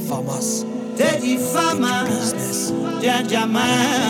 Famas. Teddy Famas, Jajaman.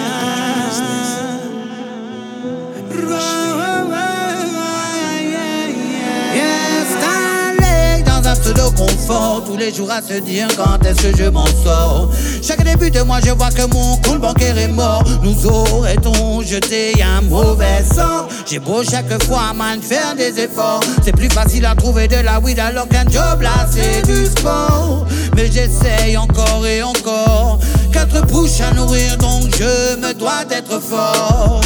Dans un pseudo confort, tous les jours à se dire quand est-ce que je m'en sors. Chaque début de mois je vois que mon compte bancaire est mort. Nous aurait-on jeté un mauvais sort? J'ai beau chaque fois man faire des efforts. C'est plus facile à trouver de la weed alors qu'un job là c'est du sport. Mais j'essaye encore et encore, 4 bouches à nourrir donc je me dois d'être fort.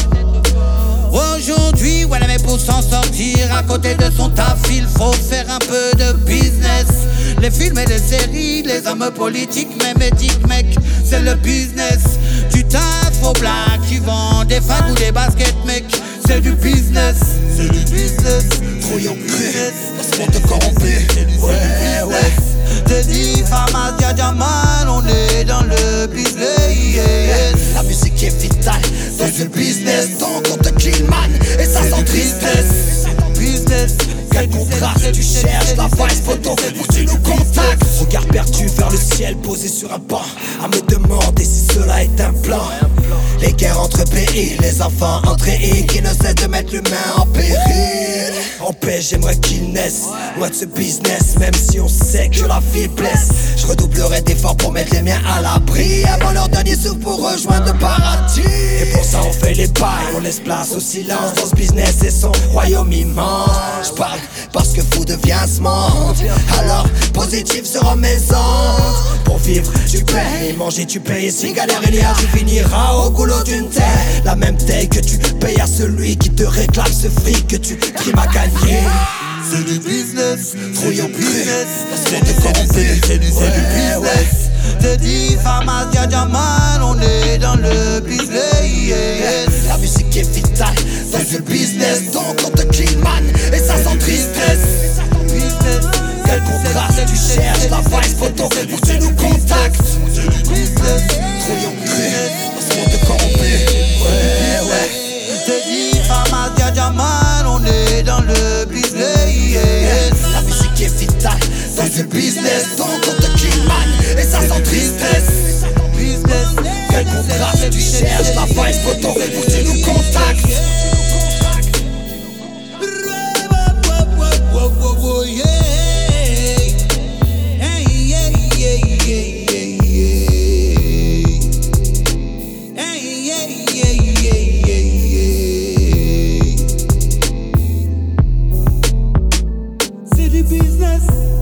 Aujourd'hui, voilà, mais pour s'en sortir à côté de son taf, il faut faire un peu de business. Les films et les séries, les hommes politiques, même éthiques, mec, c'est le business. Du taf aux blagues qui vendent des fags ou des baskets, mec, c'est du business. C'est du business. Trouillon business. Dans ce monde corrompu. Ouais. Teddy Famas, Jajaman, on est dans le business. La musique est vitale dans le business. Ton compte kill man et ça sent tristesse. Business. Quel contraste, tu cherches la vice photo pour que tu nous contactes. Regard perdu vers le ciel posé sur un banc, à me demander si cela est un plan. Les guerres entre pays, les enfants entre pays qui ne cessent de mettre l'humain en péril. En paix, j'aimerais qu'ils naissent loin de ce business, même si on sait que la vie blesse. Je redoublerai d'efforts pour mettre les miens à l'abri avant leur dernier souffle pour rejoindre le paradis. Et pour ça on fait les bails, on laisse place au silence dans ce business et son royaume immense. Je parle parce que fou devient ce monde, alors positif sera mes ondes. Pour vivre tu payes, manger tu payes, et si galère il y a tu finiras au goulot d'une terre. La même taille que tu payes à celui qui te réclame ce fric que tu trimes à gagner. C'est du business, Trouillon business, c'est du business. Teddy Famas, Jajaman, on est dans le business. La musique est vitale dans le business. Donc on te kill man et ça sent tristesse. Quel contraste, tu cherches la vice photo pour que tu nous contactes. Trouillon business, dans ce monde corrompu. Ouais. Teddy Famas, Jajaman, on est dans le business. La musique est vitale dans le business. Donc on te kill man et ça sent tristesse. Quel contraste, tu cherches la vice photo pour que tu nous contactes. C'est du business.